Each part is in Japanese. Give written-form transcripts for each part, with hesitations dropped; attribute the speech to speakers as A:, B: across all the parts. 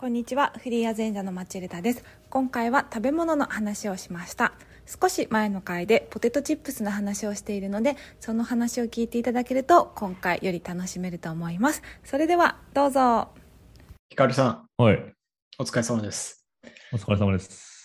A: こんにちは、フリーアゼンジャのマチルダです。今回は食べ物の話をしました。少し前の回でポテトチップスの話をしているので、その話を聞いていただけると今回より楽しめると思います。それではどうぞ。
B: ヒカルさん、
C: はい。
B: お疲れ様です。
C: お疲れ様です。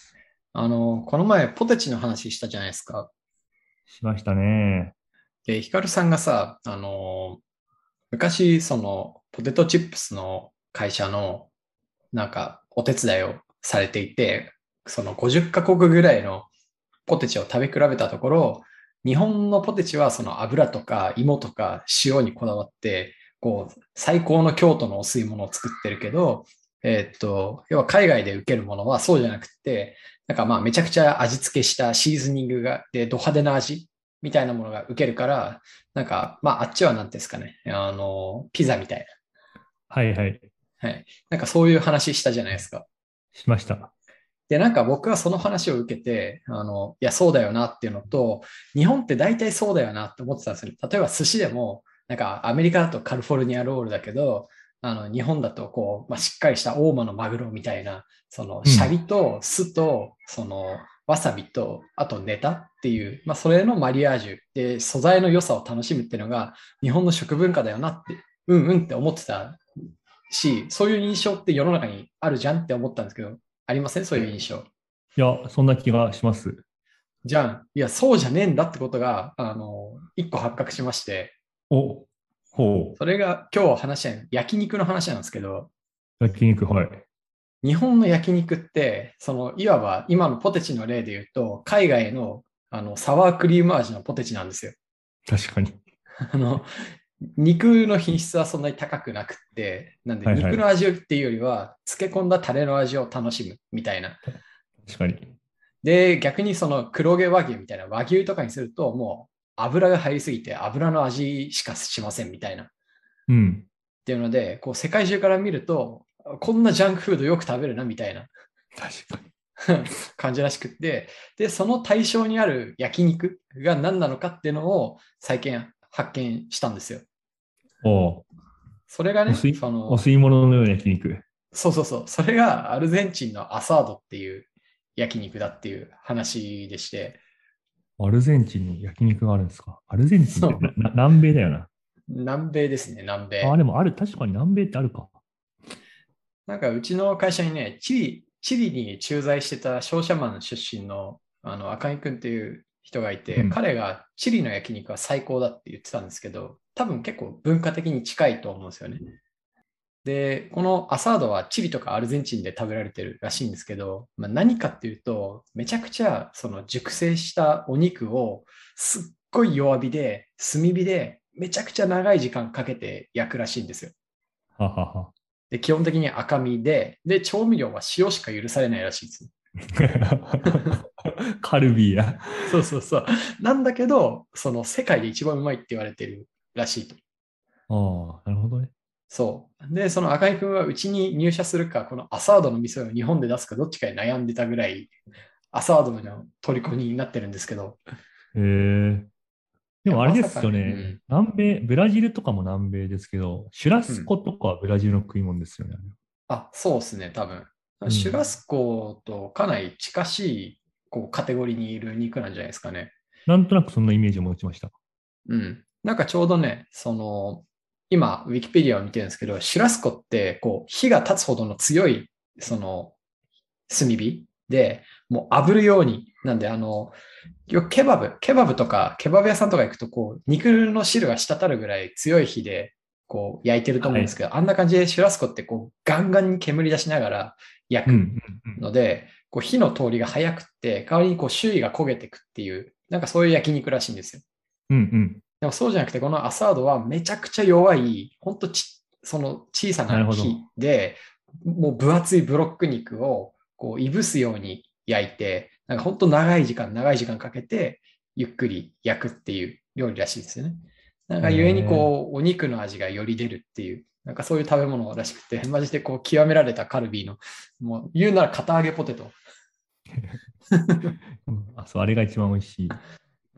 B: この前ポテチの話したじゃないですか。
C: しましたね。
B: で、ヒカルさんがさ、昔、ポテトチップスの会社の、お手伝いをされていて、その50カ国ぐらいのポテチを食べ比べたところ、日本のポテチはその油とか芋とか塩にこだわって、最高の京都のお吸い物を作ってるけど、要は海外で受けるものはそうじゃなくて、めちゃくちゃ味付けしたシーズニングが、で、ド派手な味みたいなものが受けるから、あっちはなんですかね、ピザみたい
C: はいはい。
B: な。はい。そういう話したじゃないですか。
C: しました。
B: で、僕はその話を受けて、いや、そうだよなっていうのと、日本って大体そうだよなって思ってたんですよ。例えば寿司でも、アメリカだとカリフォルニアロールだけど、日本だとしっかりした大間のマグロみたいな、シャ
C: うん。
B: リと酢と、わさびと、あとネタっていう、それのマリアージュで、素材の良さを楽しむっていうのが、日本の食文化だよなって、うんうんって思ってたし、そういう印象って世の中にあるじゃんって思ったんですけど、ありませんそういう印象。
C: いや、そんな気がします。
B: じゃん。いや、そうじゃねえんだってことが、一個発覚しまして、
C: お、ほ
B: それが今日話した焼肉の話なんですけど、
C: う。焼肉、はい。
B: 日本の焼肉って、いわば今のポテチの例で言うと、海外の、サワークリーム味のポテチなんですよ。
C: 確かに。
B: あの、肉の品質はそんなに高くなくって、なんで
C: はいはい。
B: 肉の味っていうよりは、漬け込んだタレの味を楽しむみたいな。
C: 確かに。
B: で、逆にその黒毛和牛みたいな和牛とかにすると、もう油が入りすぎて油の味しかしませんみたいな。っ
C: うん。
B: ていうので、世界中から見ると、こんなジャンクフードよく食べるなみたいな
C: 確かに。
B: 感じらしくって、で、その対象にある焼肉が何なのかっていうのを最近発見したんですよ。
C: お、
B: それがね、
C: お吸い物のような焼肉。
B: そうそうそう、それがアルゼンチンのアサードっていう焼肉だっていう話でして、
C: アルゼンチンに焼肉があるんですか？アルゼンチンって
B: そう、
C: 南米だよな。
B: 南米ですね、南
C: あ、
B: 米。
C: でもある。確かに南米ってあるか。
B: うちの会社にね、チリに駐在してた商社マン出身の、赤井くんっていう人がいて、
C: うん。
B: 彼がチリの焼肉は最高だって言ってたんですけど、多分結構文化的に近いと思うんですよね。で、このアサードはチリとかアルゼンチンで食べられてるらしいんですけど、何かっていうと、めちゃくちゃその熟成したお肉をすっごい弱火で、炭火でめちゃくちゃ長い時間かけて焼くらしいんですよ。
C: ははは。
B: で、基本的に赤身で、調味料は塩しか許されないらしいです。
C: カルビーや。
B: そうそうそう。なんだけど、その世界で一番うまいって言われてるらしいと。
C: ああ、なるほどね。
B: そう。で、その赤井くんはうちに入社するか、このアサードの店を日本で出すかどっちかで悩んでたぐらい、アサードの虜になってるんですけど、
C: へえ。
B: いや、
C: でもあれで
B: まさかね、う
C: すよね。
B: ん。
C: 南米、ブラジルとかも南米ですけど、シュラ
B: うん。
C: スコとかはブラジルの食い物ですよね。
B: あ、そうですね、多分。シュラ
C: うん。
B: スコとかなり近しい、カテゴリーにいる肉なんじゃないですかね。
C: なんとなくそんなイメージを持ちました。
B: うん。ちょうどね、今、ウィキペディアを見てるんですけど、シュラスコって、火が立つほどの強い、炭火で、もう炙るように、なんで、よくケバブとか、ケバブ屋さんとか行くと、肉の汁が滴るぐらい強い火で、焼いてると思
C: はい。
B: うんですけど、あんな感じでシュラスコって、ガンガンに煙出しながら焼く
C: うん、うん、
B: ので、火の通りが早くって、代わりに周囲が焦げていくっていう、そういう焼肉らしいんですよ。
C: うん、うん、うん。
B: でもそうじゃなくて、このアサードはめちゃくちゃ弱い、ほんとその小さ
C: なる
B: な火
C: ほど。
B: で、もう分厚いブロック肉をいぶすように焼いて、本当長い時間かけて、ゆっくり焼くっていう料理らしいですよね。ゆえに
C: え
B: お肉の味がより出るっていう、そういう食べ物らしくて、マジで極められたカルビーの、もう言うなら片揚げポテト。
C: うん、あ、そう、あれが一番美味しい。
B: うん。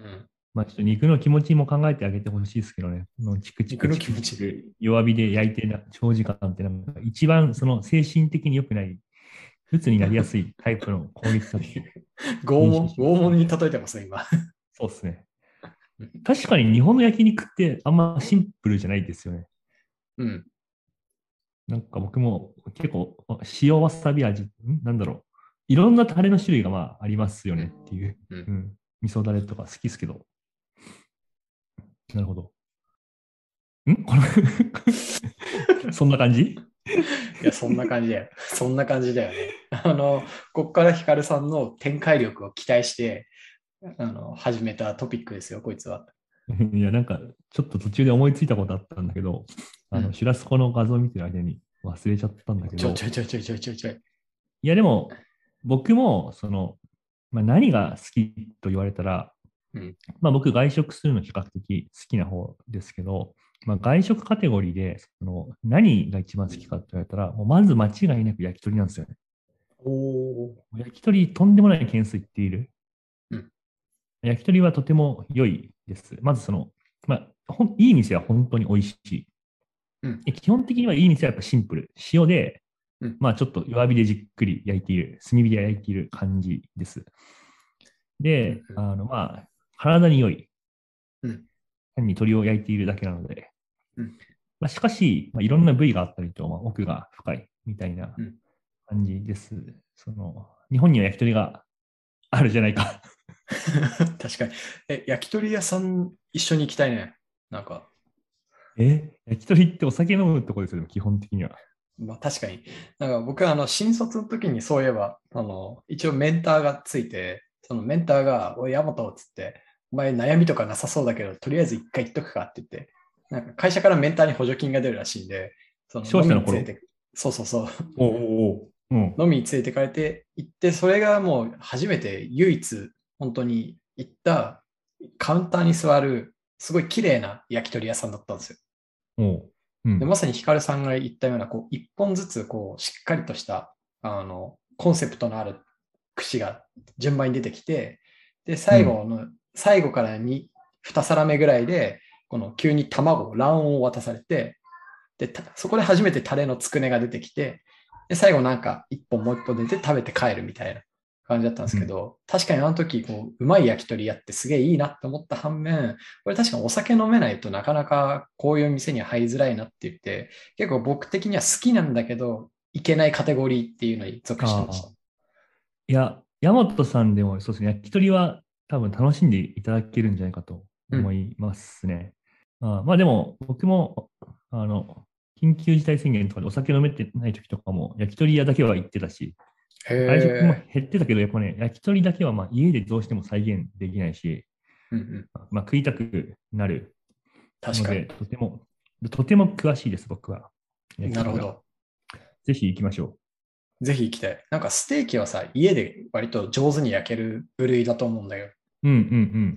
C: まあ、ちょっと肉の気持ちも考えてあげてほしいですけどね。チクチクチク
B: 肉の気持ち。
C: チク弱火で焼いて長時間ってなんか一番その精神的に良くない、鬱になりやすいタイプの攻撃だって認識します。
B: 拷問に例えてます、今。
C: そうですね。確かに日本の焼肉ってあんまシンプルじゃないですよね。
B: うん。
C: なんか僕も結構塩わさび味、なんだろう。いろんなタレの種類がまあありますよねっていう。
B: うん。
C: うん。味噌だれとか好きですけど。なるほど。このそんな感じ。
B: いや、そんな感じだよ。そんな感じだよね。こっからヒカルさんの展開力を期待して、始めたトピックですよ、こいつは。
C: いや、なんか、ちょっと途中で思いついたことあったんだけど、
B: うん。
C: シュラスコの画像を見てる間に忘れちゃったんだけ
B: ちょち
C: ど、
B: ょちょちょちょちょちょい。
C: いや、でも、僕も、まあ、何が好きと言われたら、
B: うん。
C: まあ、僕、外食するの比較的好きな方ですけど、まあ、外食カテゴリーで、何が一番好きかと言われたら、もうまず間違いなく焼き鳥なんですよね。
B: おー。
C: 焼き鳥、とんでもない件数いっている。
B: うん。
C: 焼き鳥はとても良いです。まずまあ、いい店は本当に美味しい。
B: うん。
C: 基本的にはいい店はやっぱシンプル。塩で、
B: うん。
C: まあちょっと弱火でじっくり焼いている、炭火で焼いている感じです。で、
B: うん。
C: まあ、体に良い。
B: うん。
C: 単に鶏を焼いているだけなので。
B: うん。
C: まあ、しかし、まあ、いろんな部位があったりと、まあ、奥が深いみたいな
B: うん。
C: 感じです。日本には焼き鳥があるじゃないか。
B: 確かに。焼き鳥屋さん一緒に行きたいね。なんか、
C: 焼き鳥ってお酒飲むところですよ、基本的には。
B: まあ確かに。なんか僕は新卒の時にそういえば、一応メンターがついて、そのメンターが、おい、ヤマトっつって、お前悩みとかなさそうだけど、とりあえず一回言っとくかって言って、なんか会社からメンターに補助金が出るらしいんで、その飲み
C: 少子の頃。
B: に連れて、そうそうそう、
C: おうおうおう。うん。
B: 飲みに連れてかれて行って、それがもう初めて唯一本当に行ったカウンターに座る、すごい綺麗な焼き鳥屋さんだったんですよ。
C: おう。う
B: で、
C: ん。
B: まさにヒカルさんが言ったような、一本ずつ、しっかりとした、コンセプトのある串が順番に出てきて、で、
C: うん。
B: 最後から2皿目ぐらいで、急に卵黄を渡されて、で、そこで初めてタレのつくねが出てきて、で、最後なんかもう一本出て食べて帰るみたいな感じだったんです
C: うん。
B: けど、確かにあの時、うまい焼き鳥やってすげえいいなって思った反面、これ確かにお酒飲めないとなかなかこういう店には入りづらいなって言って、結構僕的には好きなんだけど、いけないカテゴリーっていうのに属してました。
C: ああ。いや、ヤマトさんでもそうですね、焼き鳥は多分楽しんでいただけるんじゃないかと
B: うん。
C: 思いますね。まあでも、僕も、緊急事態宣言とかでお酒飲めてない時とかも、焼き鳥屋だけは行ってたし、
B: へ
C: 外食も
B: え。
C: 減ってたけど、やっぱね、焼き鳥だけはまあ家でどうしても再現できないし、
B: うんうん。
C: まあ食いたくなるので、
B: 確かに。
C: とても詳しいです、僕は。焼き鳥は。
B: なるほど。
C: ぜひ行きましょ
B: ぜひ行きたい。なんかステーキはさ、家で割と上手に焼ける部類だと思うんだけど、
C: う。うんうんうん。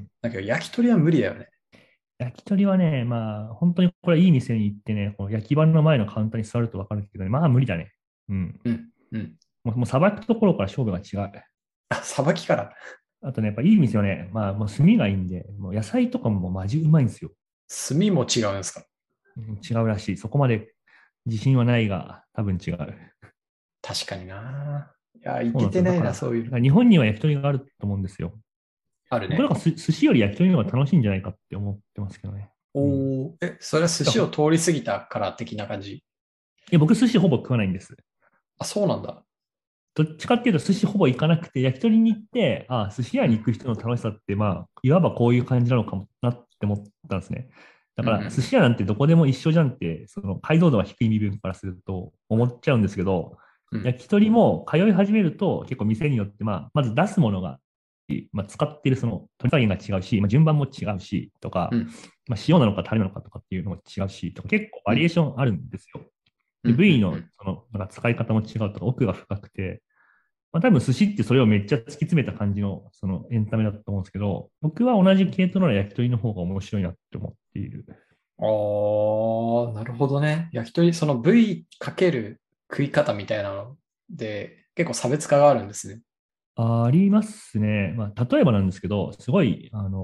B: だけど焼き鳥は無理だよね。
C: 焼き鳥はね、まあ、本当にこれいい店に行ってね、この焼き場の前のカウンターに座ると分かるけどね、まあ無理だね。うん。
B: うん、うん。
C: もうさばくところから勝負が違う。
B: あ、さばきから。
C: あとね、やっぱいい店はね、まあもう炭がいいんで、もう野菜とかもマジうまいんですよ。
B: 炭も違うんですか？
C: 違うらしい。そこまで自信はないが、多分違う。
B: 確かにな。いや、い
C: そうなんですよ。
B: けてないな、そういうの。
C: 日本には焼き鳥があると思うんですよ。
B: あるね。
C: 僕なんか寿司より焼き鳥の方が楽しいんじゃないかって思ってますけどね。うん。
B: それは寿
C: いや、
B: 司を通り過ぎたから的な感じ？
C: 僕寿司ほぼ食わないんです。
B: あ、そうなんだ。
C: どっちかっていうと寿司ほぼ行かなくて、焼き鳥に行って、寿司屋
B: うん、
C: に行く人の楽しさって、まあ、いわばこういう感じなのかもなって思ったんですね。だ
B: うん、う
C: から、寿
B: ん、
C: 司屋なんてどこでも一緒じゃんって、その解像度が低い身分からすると思っちゃうんですけど、
B: うん、
C: 焼き鳥も通い始めると、結構店によって、まあ、まず出すものが、まあ、使っているその鳥加減が違うし、まあ、順番も違うし、とか、
B: うん、
C: まあ、塩なのかタレなのかとかっていうのも違うし、とか結構バ
B: うん、
C: リエーションあるんですよ。で、
B: うん、
C: 部位
B: うん。
C: のそのなんか使い方も違うとか、奥が深くて、まあ、多分寿司ってそれをめっちゃ突き詰めた感じのそのエンタメだと思うんですけど、僕は同じ系統なら焼き鳥の方が面白いなって思っている。
B: ああ、なるほどね。焼き鳥、その部位かける食い方みたいなので、結構差別化があるんですね。
C: ありますね。まあ、例えばなんですけど、すごい、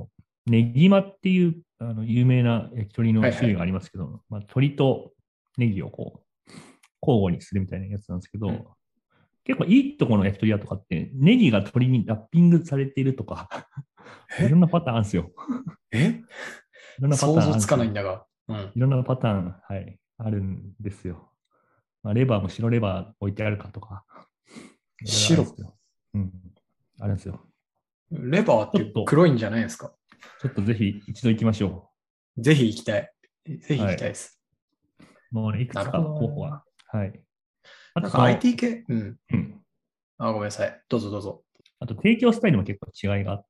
C: ネギマっていう有名な焼き鳥の
B: はいはい。
C: 種類がありますけど、まあ、鶏とネギをこう交互にするみたいなやつなんですけ
B: うん。
C: ど、結構いいところの焼き鳥屋とかって、ネギが鶏にラッピングされているとか、いろん
B: え
C: なパターンあるんですよ。
B: え
C: いろんなパタ
B: 想像つ
C: ーンあるんですよ。
B: かないんだが。うん。
C: いろんなパターン、はい、あるんですよ。まあ、レバーも白レバー置いてあるかとか、いろいろあるんで
B: 白。
C: すよ。うん。あるんですよ。
B: レバーって
C: ちょっと、
B: 黒いんじゃないですか？
C: ちょっとぜひ一度行きましょ
B: ぜひ行きたい。ぜひ
C: う。
B: 行
C: はい。
B: きたいです。
C: もうね、いくつか
B: なるほどな。
C: 候補は。はい。あと
B: なんか
C: その、
B: IT 系うん。
C: うん。
B: あ、ごめんなさい。どうぞどうぞ。
C: あと提供スタイルも結構違いがあって、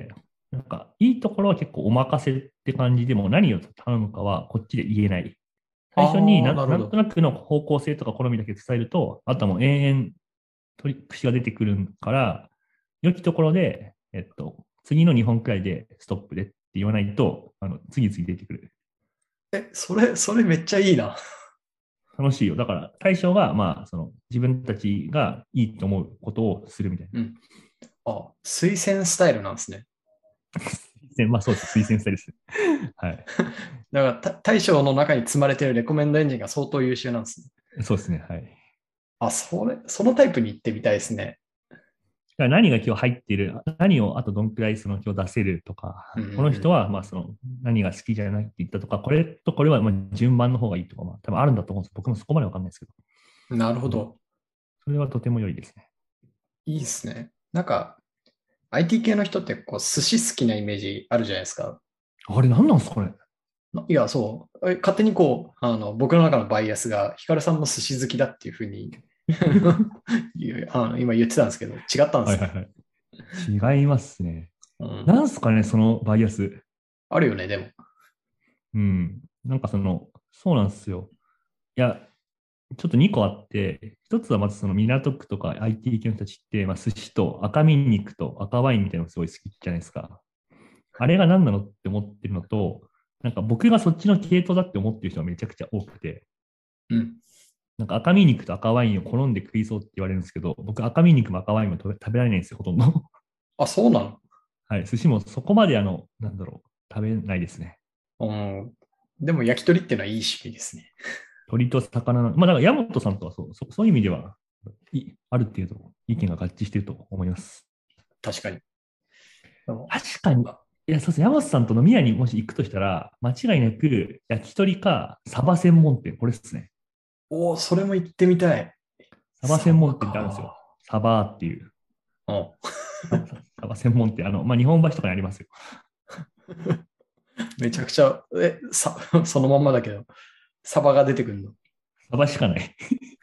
C: なんかいいところは結構お任せって感じでも何を頼むかはこっちで言えない。最初に
B: ああ、なるほど。
C: なんとなくの方向性とか好みだけ伝えると、あとはもう延々取り口が出てくるから、良きところで、次の2本くらいでストップでって言わないと、次々出てくる。
B: それめっちゃいいな。
C: 楽しいよ。だから対象が、まあ、自分たちがいいと思うことをするみたいな。
B: うん。あ、推薦スタイルなんですね。
C: まあそうです。推薦スタイルです。はい。
B: だから大将の中に積まれているレコメンドエンジンが相当優秀なんですね。
C: そうですね。はい。
B: あ、そのタイプに行ってみたいですね。
C: だから何が今日入っている、何をあとどんくらいその今日出せるとか、
B: うんうん
C: この人はまあ何が好きじゃないって言ったとか、これとこれはまあ順番の方がいいとか、まあ多分あるんだと思うんです。僕もそこまでわかんないですけど、
B: うん。なるほ
C: うん、
B: ど。
C: それはとても良いですね。
B: いいですね。なんか、IT 系の人ってこう寿司好きなイメージあるじゃないですか。
C: あれ何なんですかね？
B: いや、そう。勝手にこう、僕の中のバイアスが、ヒカルさんも寿司好きだっていうふうに今言ってたんですけど、違ったんですね。
C: はいはいはい。違いますね。
B: うん。
C: なんすかね、そのバイアス。
B: あるよね、でも。
C: うん。なんかそうなんですよ。いや、ちょっと2個あって、一つはまずその港区とか IT 系の人たちって、まあ、寿司と赤身肉と赤ワインみたいなのがすごい好きじゃないですか。あれが何なのって思ってるのと、なんか僕がそっちの系統だって思ってる人がめちゃくちゃ多くて、
B: うん。
C: なんか赤身肉と赤ワインを好んで食いそうって言われるんですけど、僕赤身肉も赤ワインも食べられないんですよ、ほとんど。
B: あ、そうなの？
C: はい、寿司もそこまで食べないですね。
B: うん。でも焼き鳥っていうのはいい趣味ですね。
C: 鳥と魚の、まあだから山本さんとはそういう意味では、ある程度意見が合致していると思います。
B: 確かに。でも
C: 確かに。
B: あ
C: いや、そうです。山本さんと飲み屋にもし行くとしたら、間違いなく焼き鳥かサバ専門店、これですね。
B: おー、それも行ってみたい。
C: サバ
B: サバ
C: 専門店ってあるんですよ。
B: か。
C: サバーっていう。
B: うん。
C: サバ専門店、まあ、日本橋とかにありますよ。
B: めちゃくちゃ、そのまんまだけど、サバが出てくるの。
C: サバしかない。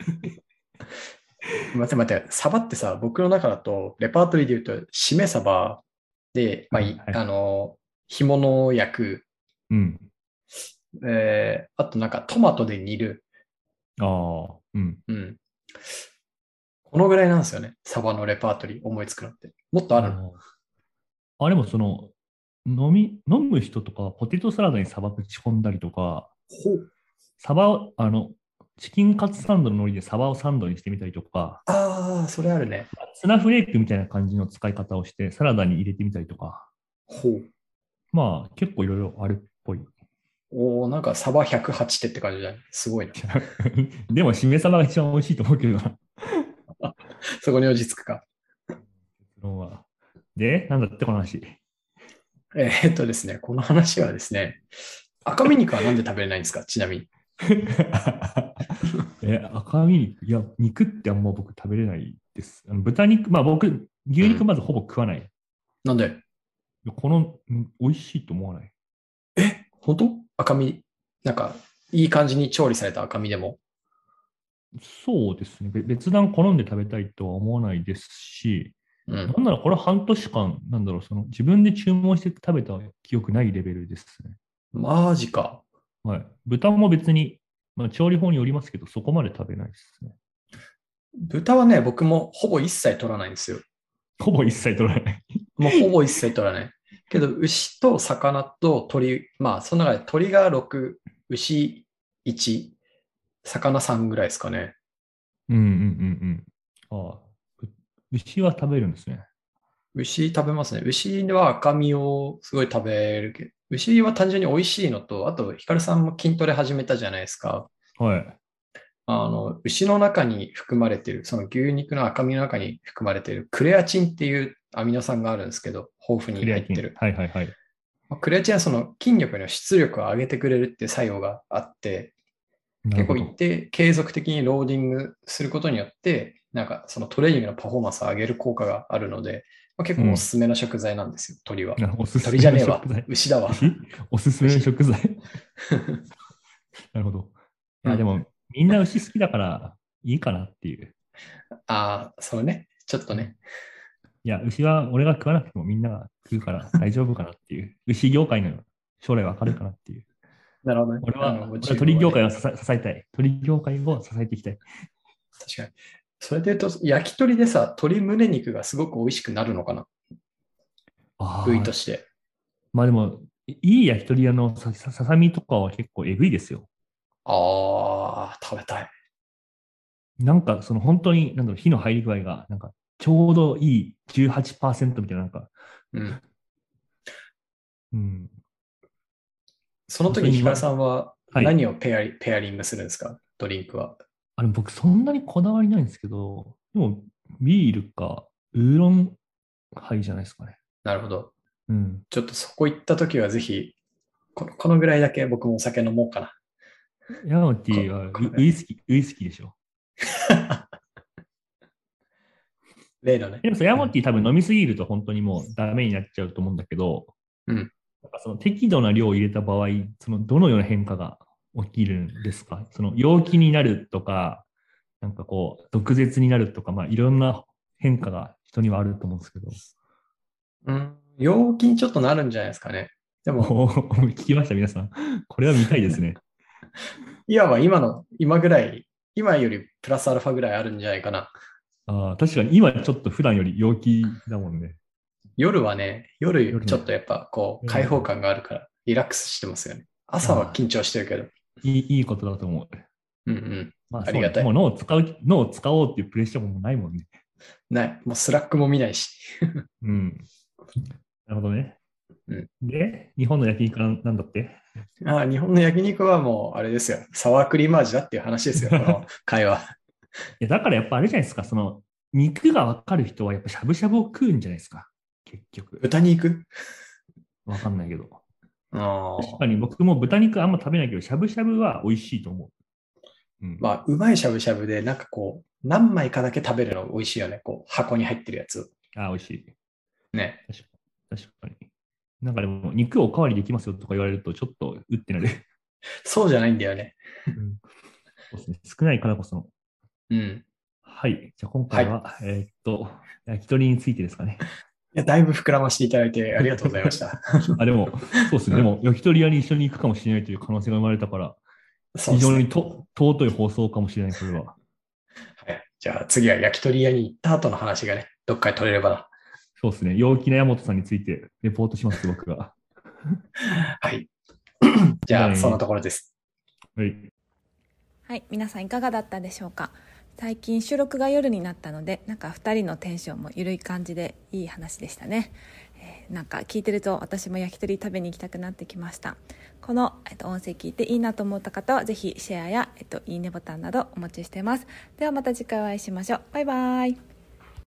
B: 待って待って、サバってさ、僕の中だと、レパートリーで言うと、しめサバで、まあ、
C: はいはい。
B: 干物を焼く、
C: うん。
B: あとなんかトマトで煮る。
C: ああ、うん。
B: うん。このぐらいなんですよね。サバのレパートリー思いつくのって。もっとあるの？
C: でも飲む人とか、ポテトサラダにサバぶち込んだりとか、
B: ほう。
C: サバを、チキンカツサンドの海苔でサバをサンドにしてみたりとか、
B: ああ、それあるね。
C: ツナフレークみたいな感じの使い方をしてサラダに入れてみたりとか、
B: ほう。
C: まあ結構いろいろあるっぽい。
B: おー、なんかサバ108手って感じだね。すごいな。
C: でも、しめ鯖が一番美味しいと思うけどな。
B: そこに落ち着くか。
C: 結論は。で、なんだってこの話。
B: ですね、この話はですね、赤身肉はなんで食べれないんですか、ちなみに。
C: 赤身肉。いや、肉ってあんま僕食べれないです。豚肉、まあ僕、牛
B: うん。
C: 肉まずほぼ食わない。
B: なんで？
C: 美味しいと思わない。
B: 本当？赤身、なんか、いい感じに調理された赤身でも。
C: そうですね。別段好んで食べたいとは思わないですし、
B: うん。
C: なんならこれ半年間、自分で注文して食べた記憶ないレベルですね。
B: マジか。
C: はい。豚も別に、まあ、調理法によりますけど、そこまで食べないですね。
B: 豚はね、僕もほぼ一切取らないんですよ。
C: ほぼ一切取らない。
B: もうほぼ一切取らない。けど、牛と魚と鳥、まあ、その中で鳥が6、牛1、魚3ぐらいですかね。
C: うんうんうんうん。ああ、牛は食べるんですね。
B: 牛食べますね。牛は赤身をすごい食べるけど、牛は単純に美味しいのと、あと、ヒカルさんも筋トレ始めたじゃないですか。
C: はい。
B: 牛の中に含まれている、その牛肉の赤身の中に含まれているクレアチンっていうアミノ酸があるんですけど、豊富
C: クレアチン。
B: に入ってる。
C: はいはいはい。
B: クレアチンはその筋力の出力を上げてくれるっていう作用があって、結構一
C: なるほど。
B: 定継続的にローディングすることによって、なんかそのトレーニングのパフォーマンスを上げる効果があるので、結構おす
C: うん。
B: すめの食材なんですよ、鶏は。
C: おすすめ
B: 鶏じゃねえわ。
C: の食材。
B: 牛だわ。
C: おすすめの
B: 牛。
C: 食材。なるほど。いや、で
B: うん。
C: も、みんな牛好きだからいいかなっていう。
B: ああ、そうね。ちょっと
C: うん。
B: ね。
C: いや、牛は俺が食わなくてもみんなが食うから大丈夫かなっていう。牛業界の将来は明るいかなっていう。
B: なるほどね。もう
C: 俺は
B: 自分はね。
C: 鳥業界を支えたい。鳥業界を支えていきたい。
B: 確かに。それで言うと、焼き鳥でさ、鶏胸肉がすごく美味しくなるのかな、部位
C: ああ、
B: として。
C: まあでも、いい焼き鳥屋のささみとかは結構えぐいですよ。
B: ああ、食べたい。
C: なんかその本当に、なんだろう、火の入り具合が、なんかちょうどいい18%みたいな、なんか、
B: うん。
C: うん。
B: その時、
C: それには、
B: ヒカルさんは
C: はい。
B: 何をペアリングするんですか、ドリンクは。
C: 僕そんなにこだわりないんですけど、でもビールかウーロンハイじゃないですかね。
B: なるほど。
C: うん。
B: ちょっとそこ行った時はぜひ、このぐらいだけ僕もお酒飲もうかな。
C: ヤマティは
B: このぐらい。
C: ウイスキーでしょ。
B: 例のね。
C: でもさ、ヤ
B: うん。
C: マティ多分飲みすぎると本当にもうダメになっちゃうと思うんだけど、
B: うん。
C: なんかその適度な量を入れた場合、そのどのような変化が起きるんですか？その陽気になるとか、なんかこう、毒舌になるとか、まあいろんな変化が人にはあると思うんですけど。
B: うん。陽気にちょっとなるんじゃないですかね。でも、
C: お聞きました、皆さん。これは見たいですね。
B: いわば今ぐらい、今よりプラスアルファぐらいあるんじゃないかな。
C: 確かに今ちょっと普段より陽気だもんね。
B: 夜はね、夜
C: 夜の、
B: ちょっとやっぱこう、
C: 夜の方が。
B: 開放感があるから、リラックスしてますよね。朝は
C: ああ、
B: 緊張してるけど。
C: いいことだと思う。
B: うんうん。
C: まあそうね。
B: ありがたい。
C: もう脳を使おうっていうプレッシャーもないもんね。
B: ない。もうスラックも見ないし。
C: うん。なるほどね。
B: うん。
C: で、日本の焼肉なんだって？
B: 日本の焼肉はもう、あれですよ。サワークリーム味だっていう話ですよ、この会話。
C: いや、だからやっぱあれじゃないですか、その、肉がわかる人はやっぱしゃぶしゃぶを食うんじゃないですか、結局。
B: 豚肉。
C: わかんないけど。確
B: ああ。
C: かに僕も豚肉あんま食べないけど、しゃぶしゃぶは美味しいと思う。うん。
B: まあ、うまいしゃぶしゃぶで、なんかこう、何枚かだけ食べるの美味しいよね。こう、箱に入ってるやつ。
C: 美味しい。
B: ね。
C: 確かに。なんかでも、肉おかわりできますよとか言われると、ちょっとうってなる。
B: そうじゃないんだよね。
C: うん。そうですね。少ないからこその。
B: うん。
C: はい。じゃあ今
B: はい。
C: 回は、焼き鳥についてですかね。
B: いや、だいぶ膨らましていただいてありがとうございました。
C: でも、そうですね。でも、焼き鳥屋に一緒に行くかもしれないという可能性が生まれたから、非常に
B: そうですね。
C: 尊い放送かもしれない、これは。
B: はい。じゃあ次は焼き鳥屋に行った後の話がね、どっかで取れればな。
C: そうですね。陽気な山本さんについてレポートします、僕が。
B: はい。じゃあ、そんな
C: じゃあね。
B: ところです。
C: はい。
A: はい、皆さんいかがだったでしょうか。最近収録が夜になったので、なんか2人のテンションも緩い感じでいい話でしたね。なんか聞いてると私も焼き鳥食べに行きたくなってきました。この、音声聞いていいなと思った方はぜひシェアや、いいねボタンなどお待ちしてます。ではまた次回お会いしましょう。バイバイ。